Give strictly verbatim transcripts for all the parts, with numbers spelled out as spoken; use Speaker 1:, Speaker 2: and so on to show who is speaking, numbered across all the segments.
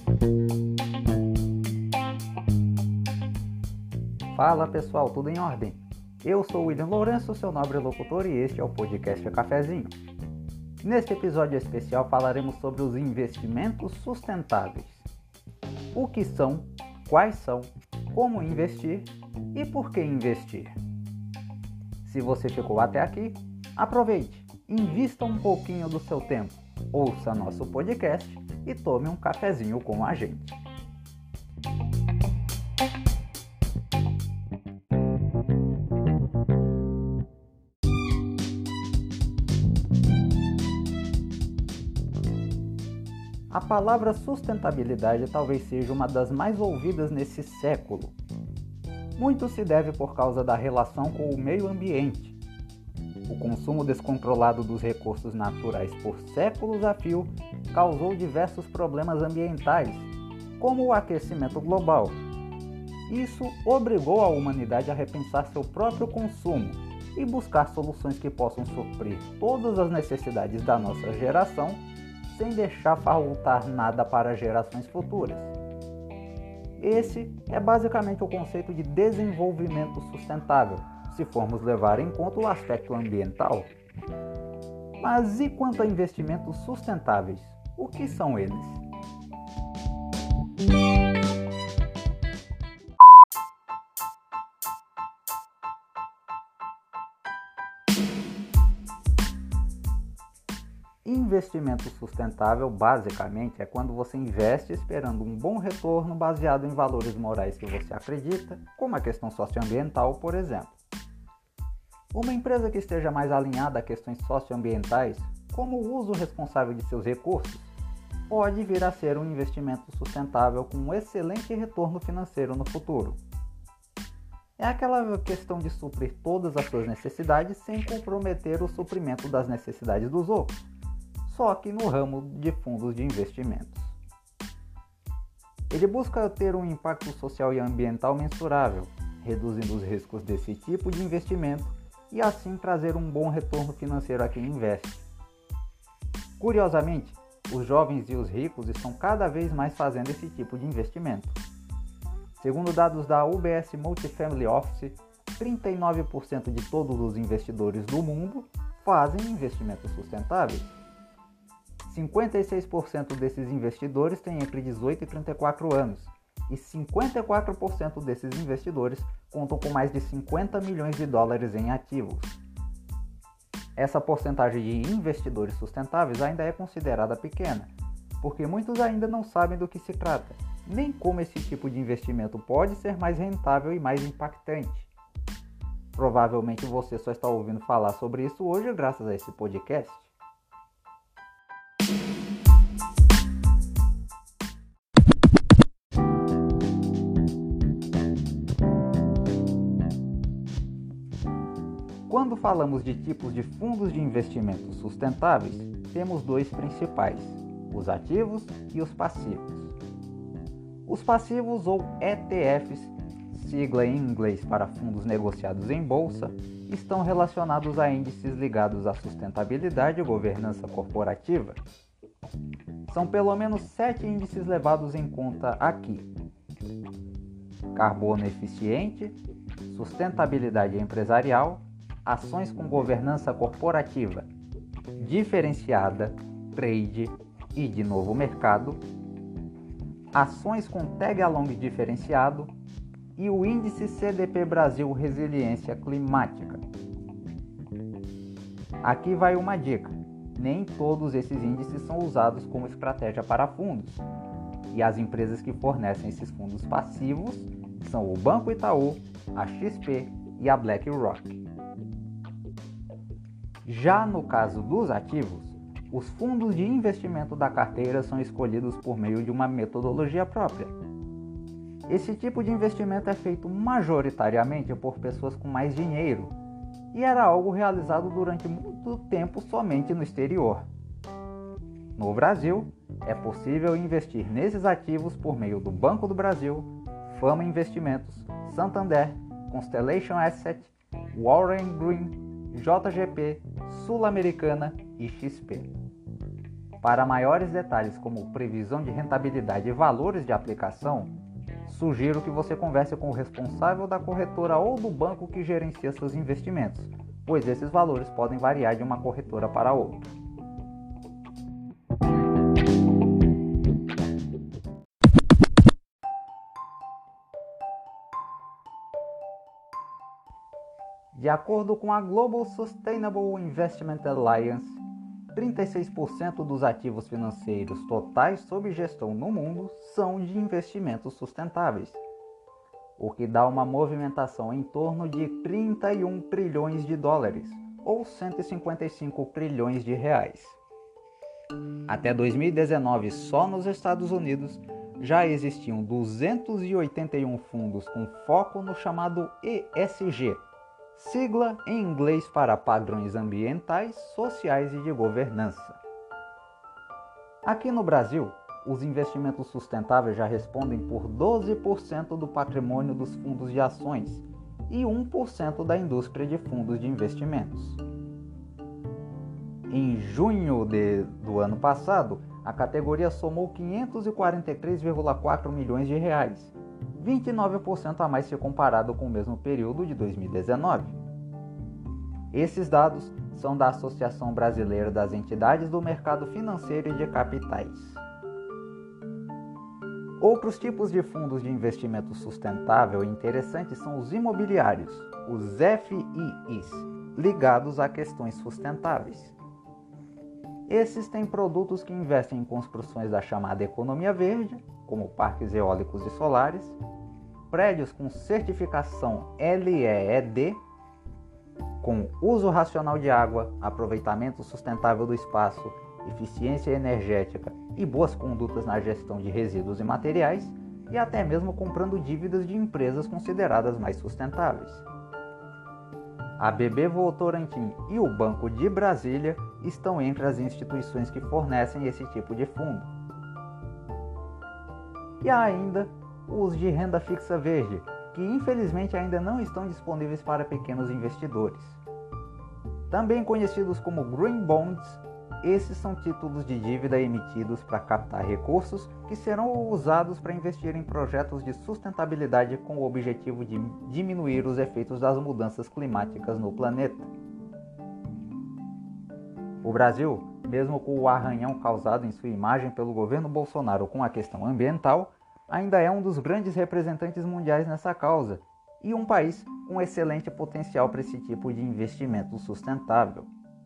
Speaker 1: Fala pessoal, tudo em ordem? Eu sou o William Lourenço, seu nobre locutor, e este é o podcast Cafezinho. Neste episódio especial falaremos sobre os investimentos sustentáveis. O que são, quais são, como investir e por que investir. Se você ficou até aqui, aproveite, invista um pouquinho do seu tempo, ouça nosso podcast e tome um cafezinho com a gente. A palavra sustentabilidade talvez seja uma das mais ouvidas nesse século. Muito se deve por causa da relação com o meio ambiente. O consumo descontrolado dos recursos naturais por séculos a fio causou diversos problemas ambientais, como o aquecimento global. Isso obrigou a humanidade a repensar seu próprio consumo e buscar soluções que possam suprir todas as necessidades da nossa geração, sem deixar faltar nada para gerações futuras. Esse é basicamente o conceito de desenvolvimento sustentável, se formos levar em conta o aspecto ambiental. Mas e quanto a investimentos sustentáveis? O que são eles? Investimento sustentável, basicamente, é quando você investe esperando um bom retorno baseado em valores morais que você acredita, como a questão socioambiental, por exemplo. Uma empresa que esteja mais alinhada a questões socioambientais, como o uso responsável de seus recursos, pode vir a ser um investimento sustentável com um excelente retorno financeiro no futuro. É aquela questão de suprir todas as suas necessidades sem comprometer o suprimento das necessidades dos outros, só que no ramo de fundos de investimentos. Ele busca ter um impacto social e ambiental mensurável, reduzindo os riscos desse tipo de investimento e assim trazer um bom retorno financeiro a quem investe. Curiosamente, os jovens e os ricos estão cada vez mais fazendo esse tipo de investimento. Segundo dados da U B S Multifamily Office, trinta e nove por cento de todos os investidores do mundo fazem investimentos sustentáveis. cinquenta e seis por cento desses investidores têm entre dezoito e trinta e quatro anos, e cinquenta e quatro por cento desses investidores contam com mais de cinquenta milhões de dólares em ativos. Essa porcentagem de investidores sustentáveis ainda é considerada pequena, porque muitos ainda não sabem do que se trata, nem como esse tipo de investimento pode ser mais rentável e mais impactante. Provavelmente você só está ouvindo falar sobre isso hoje graças a esse podcast. Quando falamos de tipos de fundos de investimentos sustentáveis, temos dois principais, os ativos e os passivos. Os passivos, ou E T Fs, sigla em inglês para fundos negociados em bolsa, estão relacionados a índices ligados à sustentabilidade e governança corporativa. São pelo menos sete índices levados em conta aqui: carbono eficiente, sustentabilidade empresarial, ações com governança corporativa, diferenciada, trade e de novo mercado, ações com tag-along diferenciado e o índice C D P Brasil Resiliência Climática. Aqui vai uma dica: nem todos esses índices são usados como estratégia para fundos, e as empresas que fornecem esses fundos passivos são o Banco Itaú, a X P e a BlackRock. Já no caso dos ativos, os fundos de investimento da carteira são escolhidos por meio de uma metodologia própria. Esse tipo de investimento é feito majoritariamente por pessoas com mais dinheiro e era algo realizado durante muito tempo somente no exterior. No Brasil, é possível investir nesses ativos por meio do Banco do Brasil, Fama Investimentos, Santander, Constellation Asset, Warren Green, J G P, Sul-Americana e X P. Para maiores detalhes como previsão de rentabilidade e valores de aplicação, sugiro que você converse com o responsável da corretora ou do banco que gerencia seus investimentos, pois esses valores podem variar de uma corretora para outra. De acordo com a Global Sustainable Investment Alliance, trinta e seis por cento dos ativos financeiros totais sob gestão no mundo são de investimentos sustentáveis, o que dá uma movimentação em torno de trinta e um trilhões de dólares, ou cento e cinquenta e cinco trilhões de reais. Até dois mil e dezenove, só nos Estados Unidos, já existiam duzentos e oitenta e um fundos com foco no chamado E S G, sigla em inglês para padrões ambientais, sociais e de governança. Aqui no Brasil, os investimentos sustentáveis já respondem por doze por cento do patrimônio dos fundos de ações e um por cento da indústria de fundos de investimentos. Em junho de, do ano passado, a categoria somou quinhentos e quarenta e três vírgula quatro milhões de reais, vinte e nove por cento a mais se comparado com o mesmo período de dois mil e dezenove. Esses dados são da Associação Brasileira das Entidades do Mercado Financeiro e de Capitais. Outros tipos de fundos de investimento sustentável interessantes são os imobiliários, os F I Is, ligados a questões sustentáveis. Esses têm produtos que investem em construções da chamada economia verde, como parques eólicos e solares, prédios com certificação L E E D, com uso racional de água, aproveitamento sustentável do espaço, eficiência energética e boas condutas na gestão de resíduos e materiais, e até mesmo comprando dívidas de empresas consideradas mais sustentáveis. A B B Votorantim e o Banco de Brasília estão entre as instituições que fornecem esse tipo de fundo. E há ainda os de renda fixa verde, que infelizmente ainda não estão disponíveis para pequenos investidores. Também conhecidos como Green Bonds, esses são títulos de dívida emitidos para captar recursos que serão usados para investir em projetos de sustentabilidade com o objetivo de diminuir os efeitos das mudanças climáticas no planeta. O Brasil, mesmo com o arranhão causado em sua imagem pelo governo Bolsonaro com a questão ambiental, ainda é um dos grandes representantes mundiais nessa causa e um país com excelente potencial para esse tipo de investimento sustentável.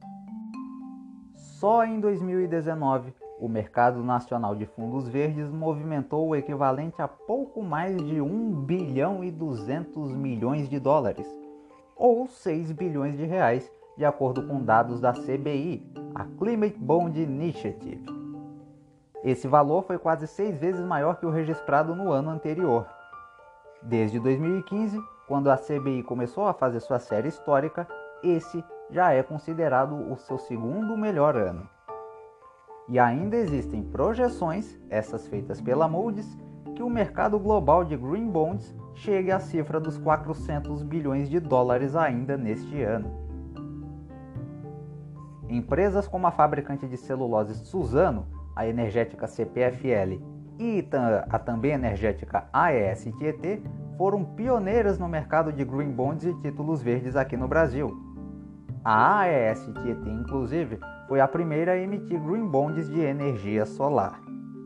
Speaker 1: Só em dois mil e dezenove, o mercado nacional de fundos verdes movimentou o equivalente a pouco mais de um bilhão e duzentos milhões de dólares, ou seis bilhões de reais, de acordo com dados da C B I, a Climate Bond Initiative. Esse valor foi quase seis vezes maior que o registrado no ano anterior. Desde dois mil e quinze, quando a C B I começou a fazer sua série histórica, esse já é considerado o seu segundo melhor ano. E ainda existem projeções, essas feitas pela Moody's, que o mercado global de Green Bonds chegue à cifra dos quatrocentos bilhões de dólares ainda neste ano. Empresas como a fabricante de celulose Suzano, a energética C P F L e a também energética A E S Tietê foram pioneiras no mercado de Green Bonds e títulos verdes aqui no Brasil. A A E S Tietê, inclusive, foi a primeira a emitir Green Bonds de energia solar.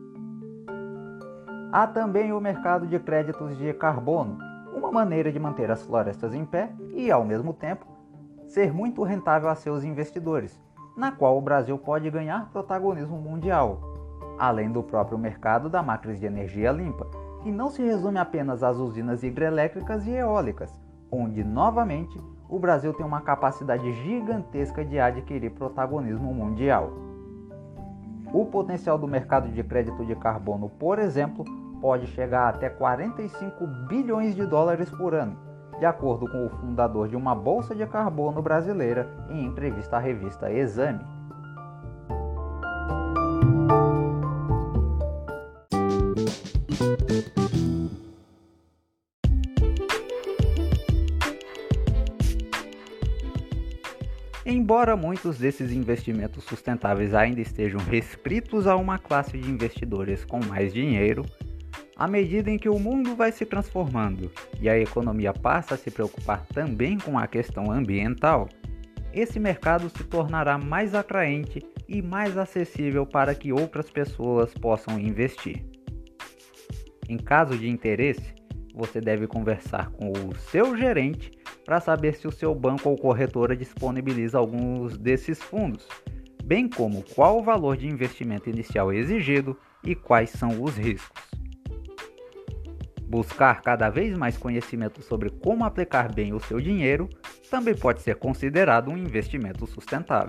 Speaker 1: Há também o mercado de créditos de carbono, uma maneira de manter as florestas em pé e, ao mesmo tempo, ser muito rentável a seus investidores, na qual o Brasil pode ganhar protagonismo mundial, além do próprio mercado da matriz de energia limpa, que não se resume apenas às usinas hidrelétricas e eólicas, onde, novamente, o Brasil tem uma capacidade gigantesca de adquirir protagonismo mundial. O potencial do mercado de crédito de carbono, por exemplo, pode chegar a até quarenta e cinco bilhões de dólares por ano, de acordo com o fundador de uma bolsa de carbono brasileira em entrevista à revista Exame. Em Embora muitos desses investimentos sustentáveis ainda estejam restritos a uma classe de investidores com mais dinheiro, à medida em que o mundo vai se transformando e a economia passa a se preocupar também com a questão ambiental, esse mercado se tornará mais atraente e mais acessível para que outras pessoas possam investir. Em caso de interesse, você deve conversar com o seu gerente para saber se o seu banco ou corretora disponibiliza alguns desses fundos, bem como qual o valor de investimento inicial exigido e quais são os riscos. Buscar cada vez mais conhecimento sobre como aplicar bem o seu dinheiro também pode ser considerado um investimento sustentável.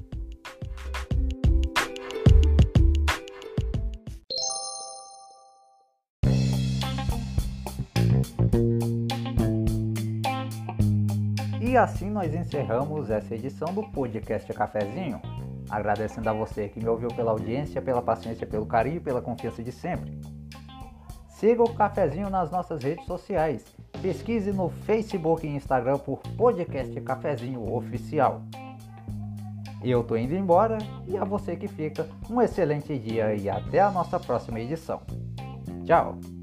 Speaker 1: E assim nós encerramos essa edição do podcast Cafezinho, agradecendo a você que me ouviu pela audiência, pela paciência, pelo carinho e pela confiança de sempre. Siga o Cafezinho nas nossas redes sociais. Pesquise no Facebook e Instagram por Podcast Cafezinho Oficial. Eu tô indo embora e a você que fica, um excelente dia e até a nossa próxima edição. Tchau!